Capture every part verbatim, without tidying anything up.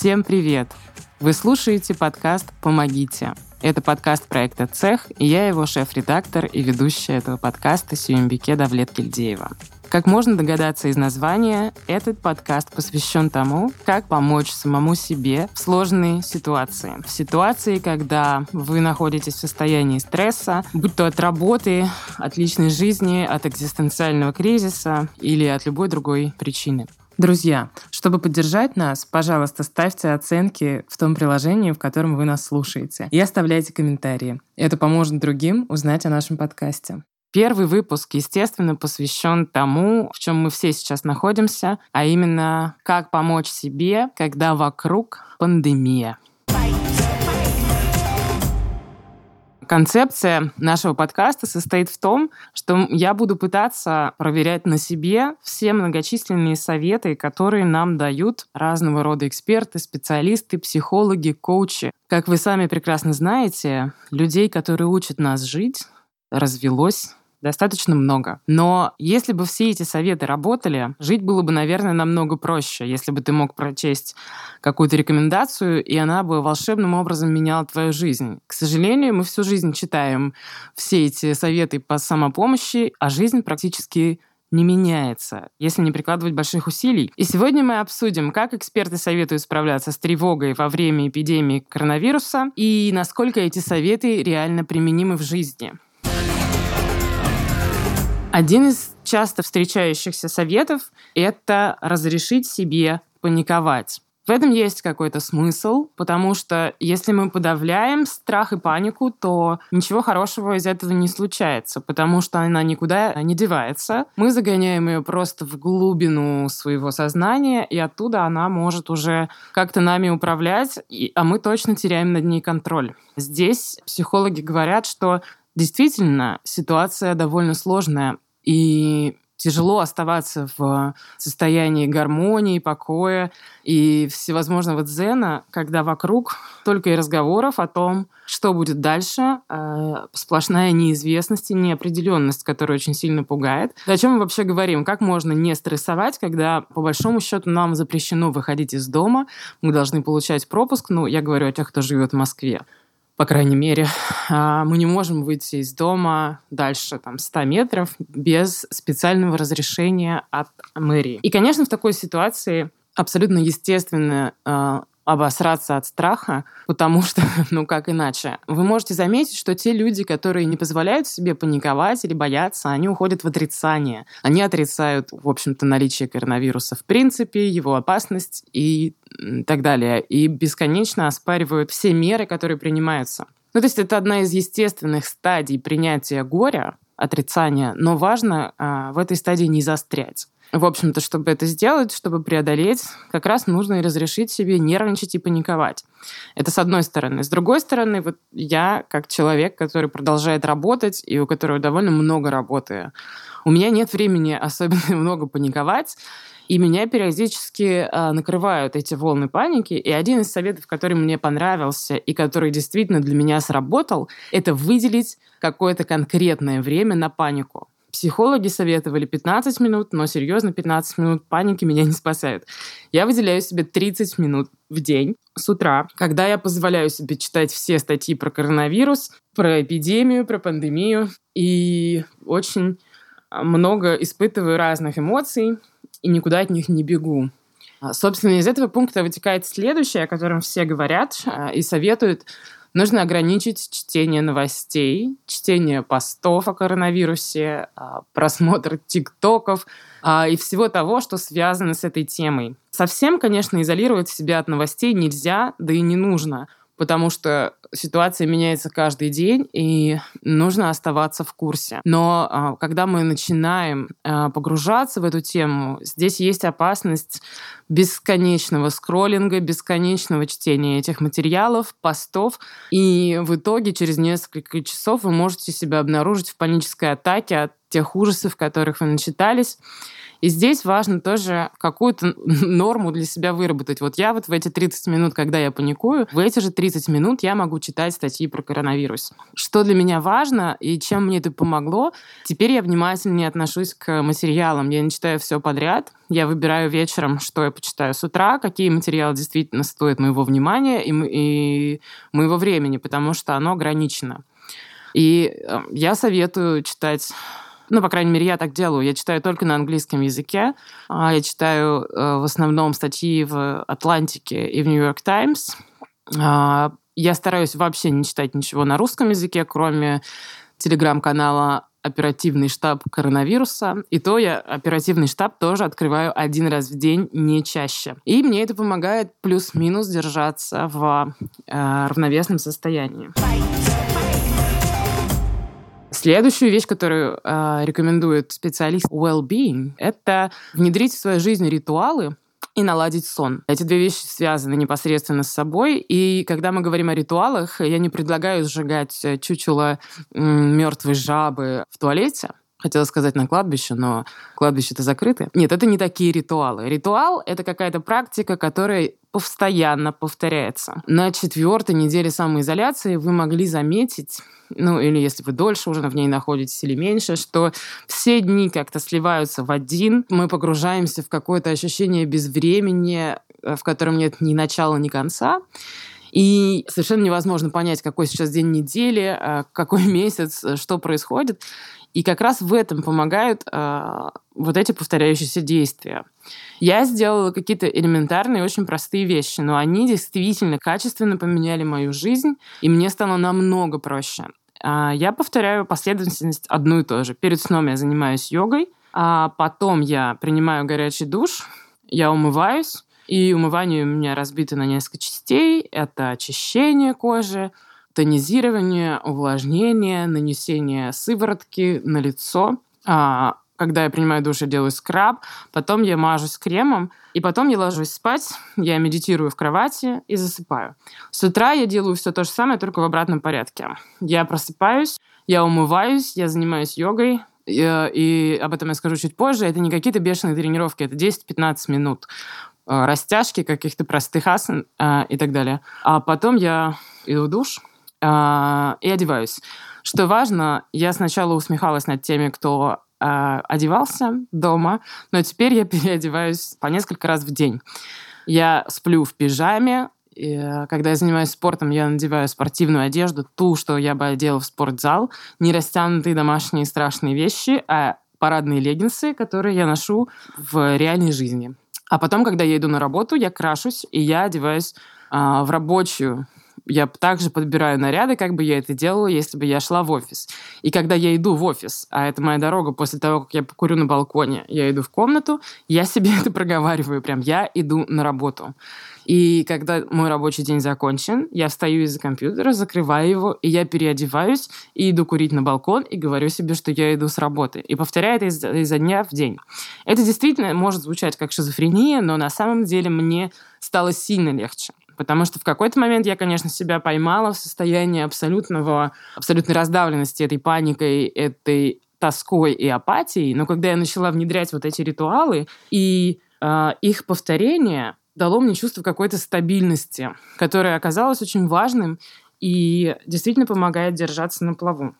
Всем привет! Вы слушаете подкаст «Помогите». Это подкаст проекта «Цех», и я его шеф-редактор и ведущая этого подкаста Сюембике Давлеткильдеева. Как можно догадаться из названия, этот подкаст посвящен тому, как помочь самому себе в сложные ситуации. В ситуации, когда вы находитесь в состоянии стресса, будь то от работы, от личной жизни, от экзистенциального кризиса или от любой другой причины. Друзья, чтобы поддержать нас, пожалуйста, ставьте оценки в том приложении, в котором вы нас слушаете, и оставляйте комментарии. Это поможет другим узнать о нашем подкасте. Первый выпуск, естественно, посвящен тому, в чем мы все сейчас находимся, а именно, как помочь себе, когда вокруг пандемия. Концепция нашего подкаста состоит в том, что я буду пытаться проверять на себе все многочисленные советы, которые нам дают разного рода эксперты, специалисты, психологи, коучи. Как вы сами прекрасно знаете, людей, которые учат нас жить, развелось достаточно много. Но если бы все эти советы работали, жить было бы, наверное, намного проще, если бы ты мог прочесть какую-то рекомендацию, и она бы волшебным образом меняла твою жизнь. К сожалению, мы всю жизнь читаем все эти советы по самопомощи, а жизнь практически не меняется, если не прикладывать больших усилий. И сегодня мы обсудим, как эксперты советуют справляться с тревогой во время эпидемии коронавируса и насколько эти советы реально применимы в жизни. Один из часто встречающихся советов — это разрешить себе паниковать. В этом есть какой-то смысл, потому что если мы подавляем страх и панику, то ничего хорошего из этого не случается, потому что она никуда не девается. Мы загоняем ее просто в глубину своего сознания, и оттуда она может уже как-то нами управлять, а мы точно теряем над ней контроль. Здесь психологи говорят, что действительно ситуация довольно сложная, и тяжело оставаться в состоянии гармонии, покоя и всевозможного дзена, когда вокруг только и разговоров о том, что будет дальше, сплошная неизвестность и неопределенность, которая очень сильно пугает. О чем мы вообще говорим? Как можно не стрессовать, когда, по большому счету, нам запрещено выходить из дома, мы должны получать пропуск, ну, я говорю о тех, кто живет в Москве. По крайней мере, мы не можем выйти из дома дальше там, ста метров без специального разрешения от мэрии. И, конечно, в такой ситуации абсолютно естественно обосраться от страха, потому что, ну как иначе? Вы можете заметить, что те люди, которые не позволяют себе паниковать или бояться, они уходят в отрицание. Они отрицают, в общем-то, наличие коронавируса в принципе, его опасность и так далее. И бесконечно оспаривают все меры, которые принимаются. Ну, то есть это одна из естественных стадий принятия горя, отрицания, но важно а, в этой стадии не застрять. В общем-то, чтобы это сделать, чтобы преодолеть, как раз нужно и разрешить себе нервничать и паниковать. Это с одной стороны. С другой стороны, вот я, как человек, который продолжает работать и у которого довольно много работы, у меня нет времени особенно много паниковать, и меня периодически э, накрывают эти волны паники. И один из советов, который мне понравился и который действительно для меня сработал, это выделить какое-то конкретное время на панику. Психологи советовали пятнадцать минут, но серьезно, пятнадцать минут паники меня не спасают. Я выделяю себе тридцать минут в день с утра, когда я позволяю себе читать все статьи про коронавирус, про эпидемию, про пандемию, и очень много испытываю разных эмоций, и никуда от них не бегу. Собственно, из этого пункта вытекает следующее, о котором все говорят и советуют. Нужно ограничить чтение новостей, чтение постов о коронавирусе, просмотр тиктоков и всего того, что связано с этой темой. Совсем, конечно, изолировать себя от новостей нельзя, да и не нужно, потому что ситуация меняется каждый день, и нужно оставаться в курсе. Но а, когда мы начинаем а, погружаться в эту тему, здесь есть опасность бесконечного скроллинга, бесконечного чтения этих материалов, постов, и в итоге через несколько часов вы можете себя обнаружить в панической атаке от тех ужасов, в которых вы начитались. И здесь важно тоже какую-то норму для себя выработать. Вот я вот в эти тридцать минут, когда я паникую, в эти же тридцать минут я могу читать статьи про коронавирус. Что для меня важно и чем мне это помогло, теперь я внимательнее отношусь к материалам. Я не читаю все подряд. Я выбираю вечером, что я почитаю с утра, какие материалы действительно стоят моего внимания и, и моего времени, потому что оно ограничено. И я советую читать... Ну, по крайней мере, я так делаю. Я читаю только на английском языке. Я читаю в основном статьи в «Атлантике» и в «Нью-Йорк Таймс». Я стараюсь вообще не читать ничего на русском языке, кроме телеграм-канала «Оперативный штаб коронавируса». И то я оперативный штаб тоже открываю один раз в день, не чаще. И мне это помогает плюс-минус держаться в э, равновесном состоянии. Следующую вещь, которую э, рекомендует специалист well-being, это внедрить в свою жизнь ритуалы и наладить сон. Эти две вещи связаны непосредственно с собой. И когда мы говорим о ритуалах, я не предлагаю сжигать чучело м, мертвой жабы в туалете. Хотела сказать на кладбище, но кладбище-то закрыто. Нет, это не такие ритуалы. Ритуал — это какая-то практика, которая постоянно повторяется. На четвертой неделе самоизоляции вы могли заметить, ну или если вы дольше уже в ней находитесь или меньше, что все дни как-то сливаются в один. Мы погружаемся в какое-то ощущение безвремени, в котором нет ни начала, ни конца. И совершенно невозможно понять, какой сейчас день недели, какой месяц, что происходит. И как раз в этом помогают э, вот эти повторяющиеся действия. Я сделала какие-то элементарные, очень простые вещи, но они действительно качественно поменяли мою жизнь, и мне стало намного проще. Э, я повторяю последовательность одну и ту же. Перед сном я занимаюсь йогой, а потом я принимаю горячий душ, я умываюсь, и умывание у меня разбито на несколько частей. Это очищение кожи, тонизирование, увлажнение, нанесение сыворотки на лицо. А, когда я принимаю душ, я делаю скраб, потом я мажусь кремом, и потом я ложусь спать, я медитирую в кровати и засыпаю. С утра я делаю все то же самое, только в обратном порядке. Я просыпаюсь, я умываюсь, я занимаюсь йогой, и, и об этом я скажу чуть позже. Это не какие-то бешеные тренировки, это десять-пятнадцать минут растяжки каких-то простых асан и так далее. А потом я иду в душ, и одеваюсь. Что важно, я сначала усмехалась над теми, кто э, одевался дома, но теперь я переодеваюсь по несколько раз в день. Я сплю в пижаме. И, когда я занимаюсь спортом, я надеваю спортивную одежду, ту, что я бы одела в спортзал. Не растянутые домашние страшные вещи, а парадные леггинсы, которые я ношу в реальной жизни. А потом, когда я иду на работу, я крашусь, и я одеваюсь э, в рабочую. Я также подбираю наряды, как бы я это делала, если бы я шла в офис. И когда я иду в офис, а это моя дорога после того, как я покурю на балконе, я иду в комнату, я себе это проговариваю прям. Я иду на работу. И когда мой рабочий день закончен, я встаю из-за компьютера, закрываю его, и я переодеваюсь, и иду курить на балкон, и говорю себе, что я иду с работы. И повторяю это изо, изо дня в день. Это действительно может звучать как шизофрения, но на самом деле мне стало сильно легче. Потому что в какой-то момент я, конечно, себя поймала в состоянии абсолютного, абсолютной раздавленности этой паникой, этой тоской и апатией. Но когда я начала внедрять вот эти ритуалы, и э, их повторение дало мне чувство какой-то стабильности, которое оказалось очень важным и действительно помогает держаться на плаву.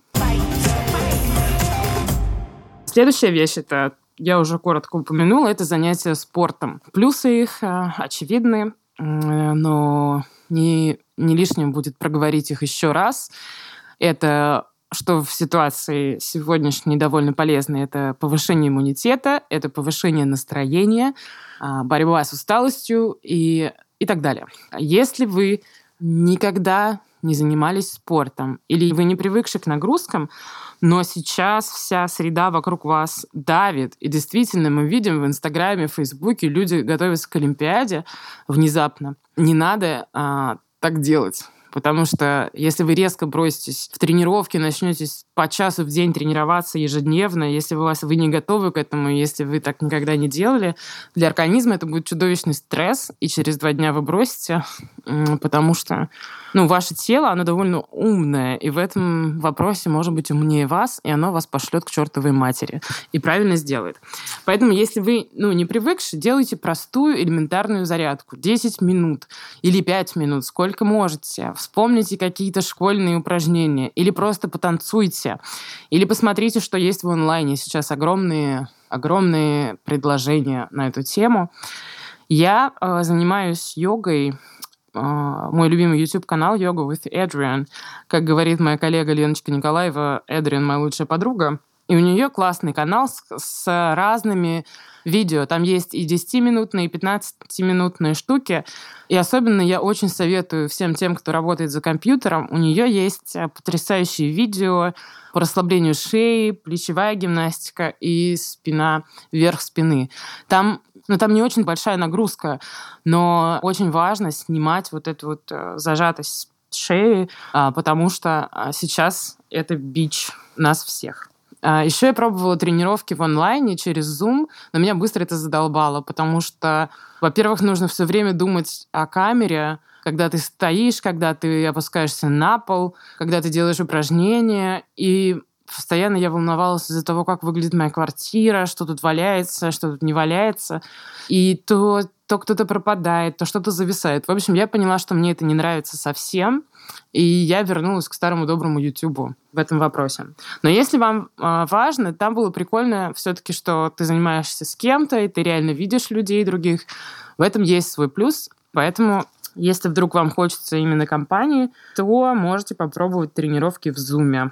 Следующая вещь — это, я уже коротко упомянула, это занятия спортом. Плюсы их э, очевидны. Но не, не лишним будет проговорить их еще раз. Это, что в ситуации сегодняшней довольно полезно, это повышение иммунитета, это повышение настроения, борьба с усталостью и, и так далее. Если вы никогда не занимались спортом или вы не привыкши к нагрузкам, но сейчас вся среда вокруг вас давит. И действительно, мы видим в Инстаграме, в Фейсбуке, люди готовятся к Олимпиаде внезапно. Не надо а, так делать. Потому что если вы резко броситесь в тренировки, начнете по часу в день тренироваться ежедневно, если вы, вас, вы не готовы к этому, если вы так никогда не делали, для организма это будет чудовищный стресс, и через два дня вы бросите, потому что ну, ваше тело, оно довольно умное, и в этом вопросе может быть умнее вас, и оно вас пошлет к чертовой матери. И правильно сделает. Поэтому, если вы ну, не привыкшие, делайте простую элементарную зарядку. десять минут или пять минут, сколько можете. Вспомните какие-то школьные упражнения. Или просто потанцуйте. Или посмотрите, что есть в онлайне. Сейчас огромные, огромные предложения на эту тему. Я э, занимаюсь йогой. Мой любимый YouTube-канал «Yoga with Adriene». Как говорит моя коллега Леночка Николаева, Эдриан моя лучшая подруга. И у нее классный канал с, с разными видео. Там есть и десятиминутные, и пятнадцатиминутные штуки. И особенно я очень советую всем тем, кто работает за компьютером. У нее есть потрясающие видео по расслаблению шеи, плечевая гимнастика и спина, верх спины. Там Ну, там не очень большая нагрузка, но очень важно снимать вот эту вот зажатость шеи, потому что сейчас это бич нас всех. Еще я пробовала тренировки в онлайне через Zoom, но меня быстро это задолбало, потому что, во-первых, нужно все время думать о камере, когда ты стоишь, когда ты опускаешься на пол, когда ты делаешь упражнения, и постоянно я волновалась из-за того, как выглядит моя квартира, что тут валяется, что тут не валяется. И то, то кто-то пропадает, то что-то зависает. В общем, я поняла, что мне это не нравится совсем, и я вернулась к старому доброму Ютубу в этом вопросе. Но если вам э, важно, там было прикольно все-таки, что ты занимаешься с кем-то, и ты реально видишь людей других. В этом есть свой плюс, поэтому... Если вдруг вам хочется именно компании, то можете попробовать тренировки в Zoom.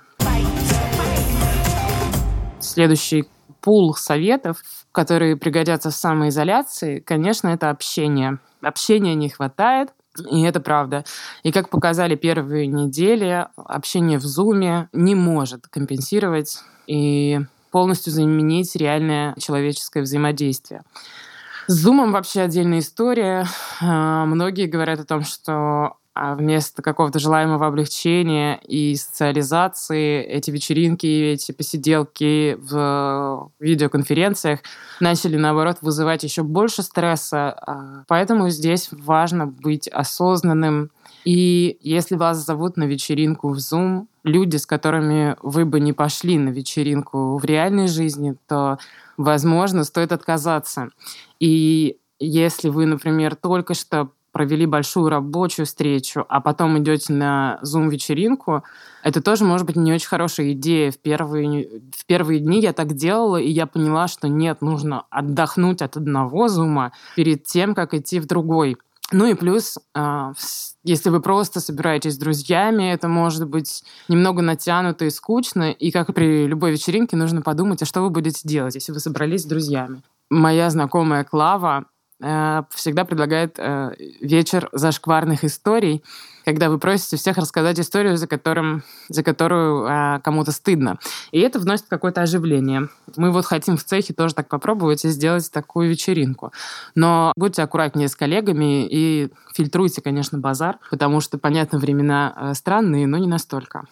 Следующий пул советов, которые пригодятся в самоизоляции, конечно, это общение. Общения не хватает, и это правда. И как показали первые недели, общение в Zoom не может компенсировать и полностью заменить реальное человеческое взаимодействие. С Zoom вообще отдельная история. Многие говорят о том, что вместо какого-то желаемого облегчения и социализации эти вечеринки, эти посиделки в видеоконференциях начали, наоборот, вызывать еще больше стресса. Поэтому здесь важно быть осознанным. И если вас зовут на вечеринку в Zoom, люди, с которыми вы бы не пошли на вечеринку в реальной жизни, то, возможно, стоит отказаться. И если вы, например, только что провели большую рабочую встречу, а потом идете на Zoom-вечеринку, это тоже может быть не очень хорошая идея. В первые, в первые дни я так делала, и я поняла, что нет, нужно отдохнуть от одного Zoom перед тем, как идти в другой. Ну и плюс, если вы просто собираетесь с друзьями, это может быть немного натянуто и скучно, и как при любой вечеринке нужно подумать, а что вы будете делать, если вы собрались с друзьями. Моя знакомая Клава всегда предлагает вечер зашкварных историй, когда вы просите всех рассказать историю, за, которым, за которую а, кому-то стыдно. И это вносит какое-то оживление. Мы вот хотим в цехе тоже так попробовать и сделать такую вечеринку. Но будьте аккуратнее с коллегами и фильтруйте, конечно, базар, потому что, понятно, времена странные, но не настолько.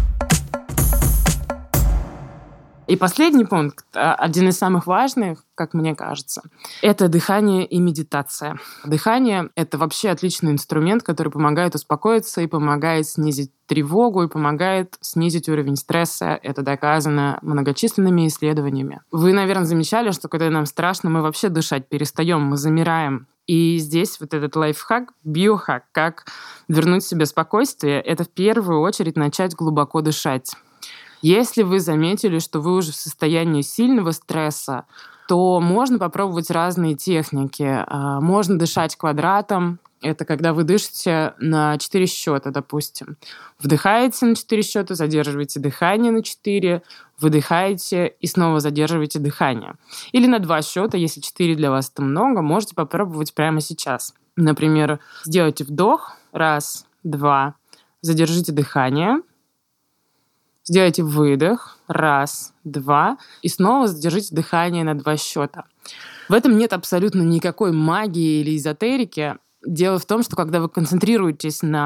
И последний пункт, один из самых важных, как мне кажется, это дыхание и медитация. Дыхание — это вообще отличный инструмент, который помогает успокоиться и помогает снизить тревогу, и помогает снизить уровень стресса. Это доказано многочисленными исследованиями. Вы, наверное, замечали, что когда нам страшно, мы вообще дышать перестаем, мы замираем. И здесь вот этот лайфхак, биохак, как вернуть себе спокойствие, это в первую очередь начать глубоко дышать. Если вы заметили, что вы уже в состоянии сильного стресса, то можно попробовать разные техники. Можно дышать квадратом. Это когда вы дышите на четыре счета, допустим. Вдыхаете на четыре счета, задерживаете дыхание на четыре, выдыхаете и снова задерживаете дыхание. Или на два счета, если четыре для вас это много, можете попробовать прямо сейчас. Например, сделайте вдох, раз, два, задержите дыхание, сделайте выдох, раз, два, и снова задержите дыхание на два счета. В этом нет абсолютно никакой магии или эзотерики. Дело в том, что когда вы концентрируетесь на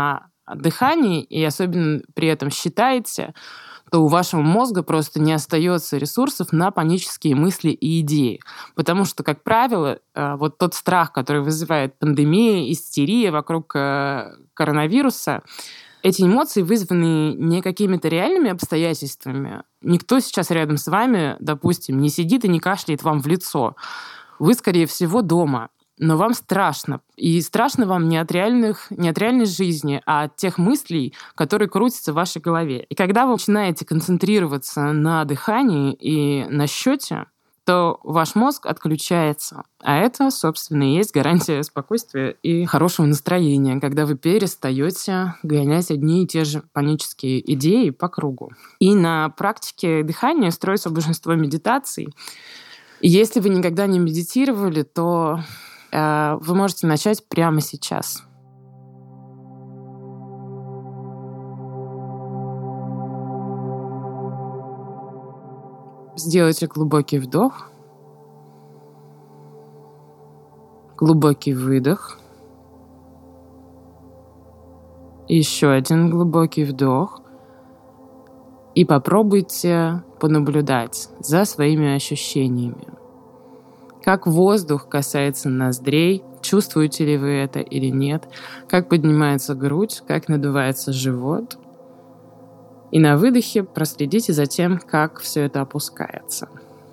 дыхании и особенно при этом считаете, то у вашего мозга просто не остается ресурсов на панические мысли и идеи. Потому что, как правило, вот тот страх, который вызывает пандемия, истерия вокруг коронавируса, эти эмоции вызваны не какими-то реальными обстоятельствами. Никто сейчас рядом с вами, допустим, не сидит и не кашляет вам в лицо. Вы, скорее всего, дома. Но вам страшно. И страшно вам не от, реальных, не от реальной жизни, а от тех мыслей, которые крутятся в вашей голове. И когда вы начинаете концентрироваться на дыхании и на счете, то ваш мозг отключается. А это, собственно, и есть гарантия спокойствия и хорошего настроения, когда вы перестаете гонять одни и те же панические идеи по кругу. И на практике дыхания строится большинство медитаций. И если вы никогда не медитировали, то вы можете начать прямо сейчас. Сделайте глубокий вдох, глубокий выдох, еще один глубокий вдох и попробуйте понаблюдать за своими ощущениями. Как воздух касается ноздрей, чувствуете ли вы это или нет, как поднимается грудь, как надувается живот. И на выдохе проследите за тем, как все это опускается.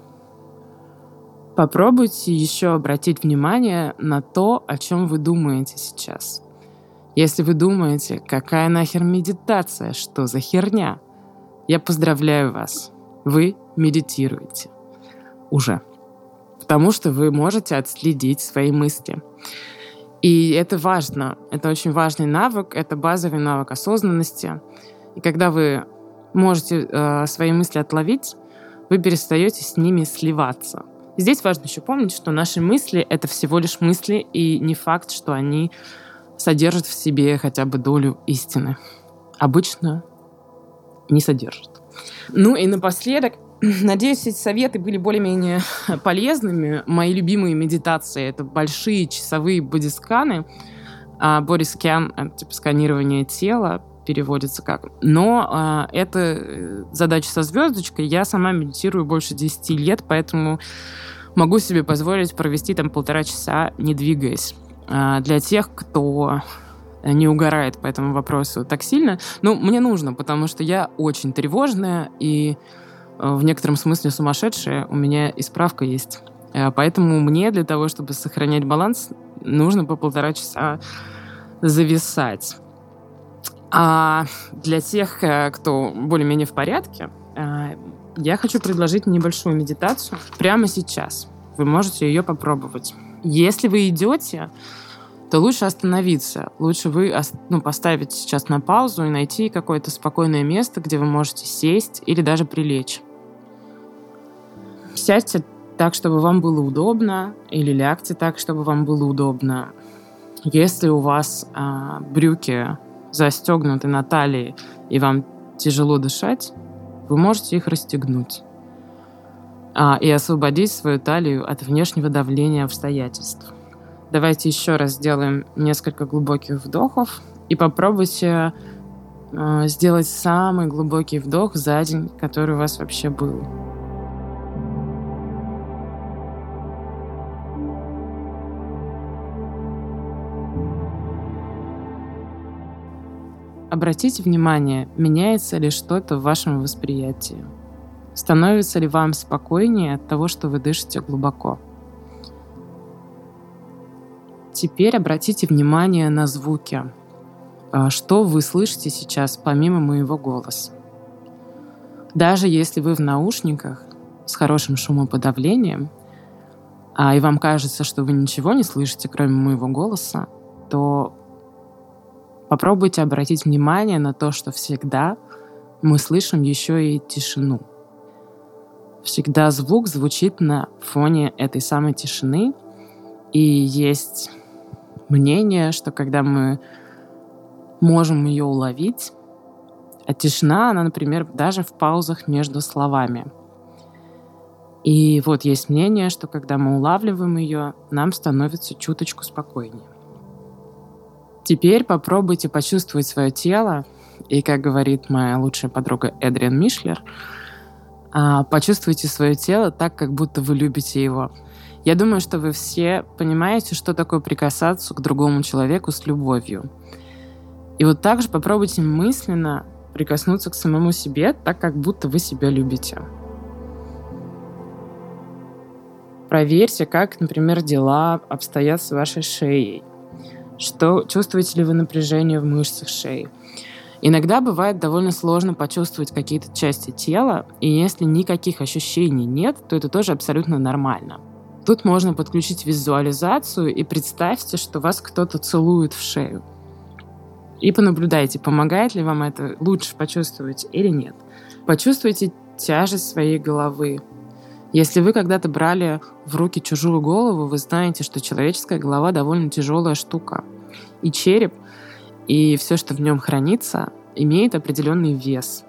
Попробуйте еще обратить внимание на то, о чем вы думаете сейчас. Если вы думаете, какая нахер медитация, что за херня, я поздравляю вас, вы медитируете уже. Потому что вы можете отследить свои мысли. И это важно. Это очень важный навык. Это базовый навык осознанности. И когда вы можете э, свои мысли отловить, вы перестаете с ними сливаться. И здесь важно еще помнить, что наши мысли — это всего лишь мысли, и не факт, что они содержат в себе хотя бы долю истины. Обычно не содержат. Ну и напоследок, надеюсь, эти советы были более-менее полезными. Мои любимые медитации — это большие часовые бодисканы. Бодискан — это типа сканирование тела, переводится как. Но э, это задача со звездочкой. Я сама медитирую больше десяти лет, поэтому могу себе позволить провести там полтора часа, не двигаясь. Э, для тех, кто не угорает по этому вопросу так сильно, ну, мне нужно, потому что я очень тревожная и в некотором смысле сумасшедшая, у меня и справка есть. Поэтому мне для того, чтобы сохранять баланс, нужно по полтора часа зависать. А для тех, кто более-менее в порядке, я хочу предложить небольшую медитацию прямо сейчас. Вы можете ее попробовать. Если вы идете, то лучше остановиться. Лучше вы ну, поставить сейчас на паузу и найти какое-то спокойное место, где вы можете сесть или даже прилечь. Сядьте так, чтобы вам было удобно, или лягте так, чтобы вам было удобно. Если у вас а, брюки застегнуты на талии и вам тяжело дышать, вы можете их расстегнуть а, и освободить свою талию от внешнего давления обстоятельств. Давайте еще раз сделаем несколько глубоких вдохов и попробуйте а, сделать самый глубокий вдох за день, который у вас вообще был. Обратите внимание, меняется ли что-то в вашем восприятии. Становится ли вам спокойнее от того, что вы дышите глубоко. Теперь обратите внимание на звуки. Что вы слышите сейчас помимо моего голоса. Даже если вы в наушниках с хорошим шумоподавлением, и вам кажется, что вы ничего не слышите, кроме моего голоса, то попробуйте обратить внимание на то, что всегда мы слышим еще и тишину. Всегда звук звучит на фоне этой самой тишины. И есть мнение, что когда мы можем ее уловить, а тишина, она, например, даже в паузах между словами. И вот есть мнение, что когда мы улавливаем ее, нам становится чуточку спокойнее. Теперь попробуйте почувствовать свое тело. И, как говорит моя лучшая подруга Эдриан Мишлер, а, почувствуйте свое тело так, как будто вы любите его. Я думаю, что вы все понимаете, что такое прикасаться к другому человеку с любовью. И вот так же попробуйте мысленно прикоснуться к самому себе, так, как будто вы себя любите. Проверьте, как, например, дела обстоят с вашей шеей. Что, чувствуете ли вы напряжение в мышцах шеи? Иногда бывает довольно сложно почувствовать какие-то части тела, и если никаких ощущений нет, то это тоже абсолютно нормально. Тут можно подключить визуализацию и представьте, что вас кто-то целует в шею. И понаблюдайте, помогает ли вам это лучше почувствовать или нет. Почувствуйте тяжесть своей головы. Если вы когда-то брали в руки чужую голову, вы знаете, что человеческая голова довольно тяжелая штука. И череп, и все, что в нем хранится, имеет определенный вес.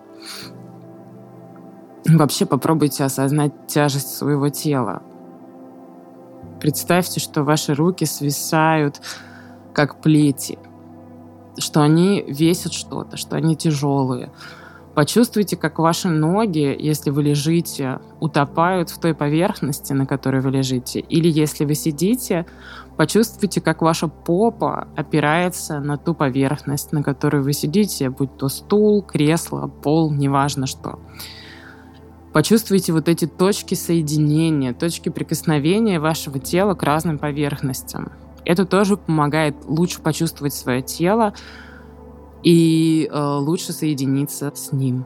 Вообще попробуйте осознать тяжесть своего тела. Представьте, что ваши руки свисают, как плети, что они весят что-то, что они тяжелые. Почувствуйте, как ваши ноги, если вы лежите, утопают в той поверхности, на которой вы лежите. Или если вы сидите, почувствуйте, как ваша попа опирается на ту поверхность, на которой вы сидите, будь то стул, кресло, пол, неважно что. Почувствуйте вот эти точки соединения, точки прикосновения вашего тела к разным поверхностям. Это тоже помогает лучше почувствовать свое тело и э, лучше соединиться с ним.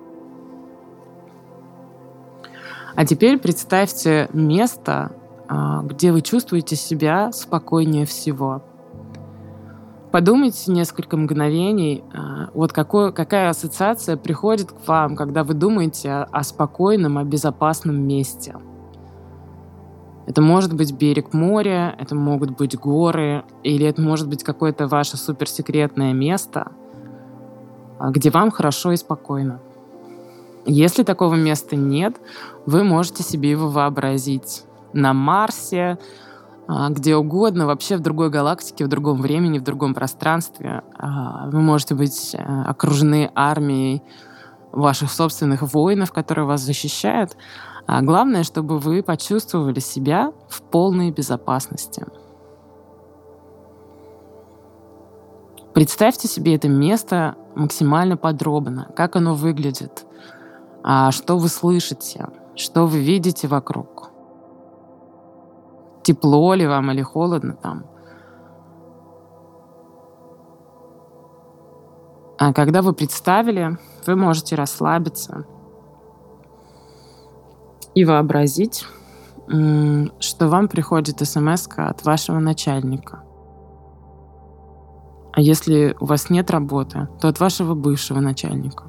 А теперь представьте место, э, где вы чувствуете себя спокойнее всего. Подумайте несколько мгновений, э, вот какой, какая ассоциация приходит к вам, когда вы думаете о, о спокойном, о безопасном месте. Это может быть берег моря, это могут быть горы, или это может быть какое-то ваше суперсекретное место, где вам хорошо и спокойно. Если такого места нет, вы можете себе его вообразить на Марсе, где угодно, вообще в другой галактике, в другом времени, в другом пространстве. Вы можете быть окружены армией ваших собственных воинов, которые вас защищают. А главное, чтобы вы почувствовали себя в полной безопасности. Представьте себе это место максимально подробно, как оно выглядит, а что вы слышите, что вы видите вокруг. Тепло ли вам или холодно там. А когда вы представили, вы можете расслабиться и вообразить, что вам приходит смс-ка от вашего начальника. А если у вас нет работы, то от вашего бывшего начальника,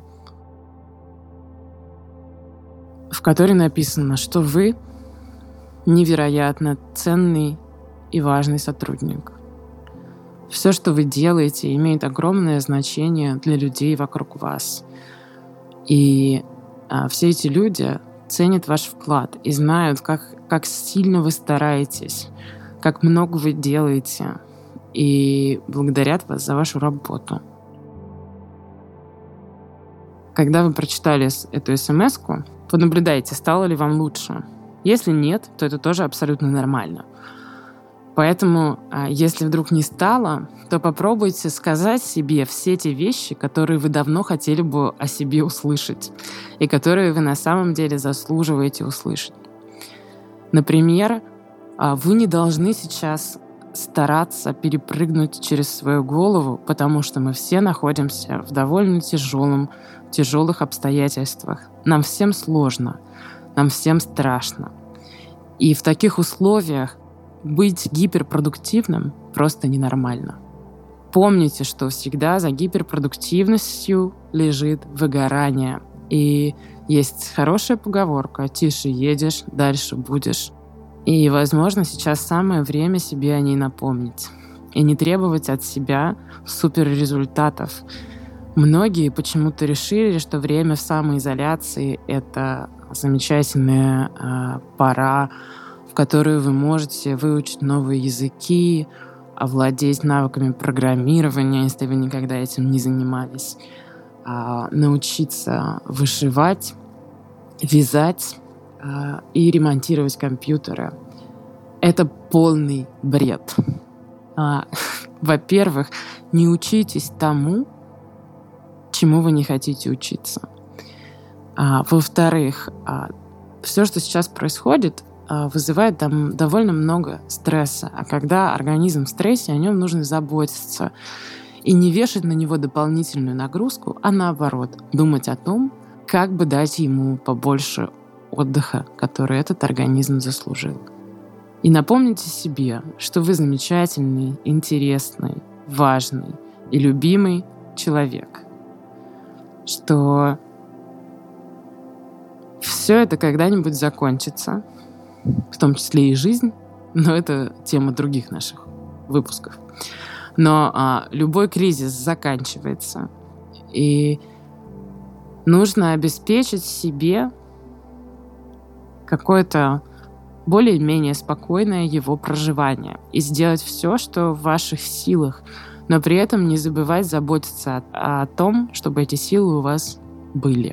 в которой написано, что вы невероятно ценный и важный сотрудник. Все, что вы делаете, имеет огромное значение для людей вокруг вас. И а, все эти люди ценят ваш вклад и знают, как, как сильно вы стараетесь, как много вы делаете, и благодарят вас за вашу работу. Когда вы прочитали эту смс-ку, понаблюдайте, стало ли вам лучше. Если нет, то это тоже абсолютно нормально. Поэтому, если вдруг не стало, то попробуйте сказать себе все те вещи, которые вы давно хотели бы о себе услышать, и которые вы на самом деле заслуживаете услышать. Например, вы не должны сейчас стараться перепрыгнуть через свою голову, потому что мы все находимся в довольно тяжелом, тяжелых обстоятельствах. Нам всем сложно, нам всем страшно. И в таких условиях быть гиперпродуктивным просто ненормально. Помните, что всегда за гиперпродуктивностью лежит выгорание. И есть хорошая поговорка: «Тише едешь, дальше будешь». И, возможно, сейчас самое время себе о ней напомнить. И не требовать от себя суперрезультатов. Многие почему-то решили, что время в самоизоляции — это замечательная э, пора, в которую вы можете выучить новые языки, овладеть навыками программирования, если вы никогда этим не занимались, научиться вышивать, вязать и ремонтировать компьютеры. Это полный бред. Во-первых, не учитесь тому, чему вы не хотите учиться. Во-вторых, все, что сейчас происходит, вызывает там довольно много стресса. А когда организм в стрессе, о нем нужно заботиться. И не вешать на него дополнительную нагрузку, а наоборот, думать о том, как бы дать ему побольше отдыха, который этот организм заслужил. И напомните себе, что вы замечательный, интересный, важный и любимый человек. Что все это когда-нибудь закончится, в том числе и жизнь, но это тема других наших выпусков. Но а, любой кризис заканчивается, и нужно обеспечить себе какое-то более-менее спокойное его проживание и сделать все, что в ваших силах, но при этом не забывать заботиться о, о том, чтобы эти силы у вас были.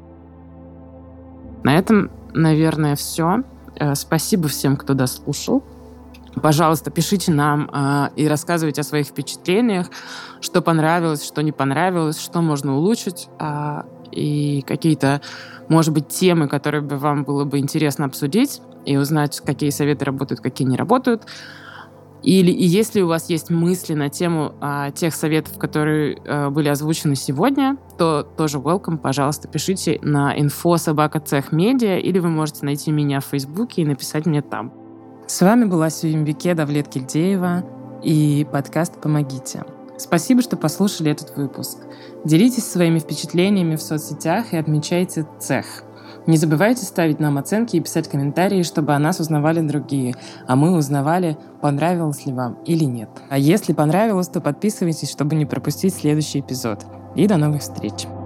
На этом, наверное, все. Спасибо всем, кто дослушал. Пожалуйста, пишите нам э, и рассказывайте о своих впечатлениях, что понравилось, что не понравилось, что можно улучшить, э, и какие-то, может быть, темы, которые бы вам было бы интересно обсудить и узнать, какие советы работают, какие не работают. Или и если у вас есть мысли на тему э, тех советов, которые э, были озвучены сегодня, то тоже welcome, пожалуйста, пишите на инфо собака цех медиа, или вы можете найти меня в Фейсбуке и написать мне там. С вами была Сюембике Давлет-Кильдеева и подкаст «Помогите». Спасибо, что послушали этот выпуск. Делитесь своими впечатлениями в соцсетях и отмечайте цех. Не забывайте ставить нам оценки и писать комментарии, чтобы о нас узнавали другие, а мы узнавали, понравилось ли вам или нет. А если понравилось, то подписывайтесь, чтобы не пропустить следующий эпизод. И до новых встреч!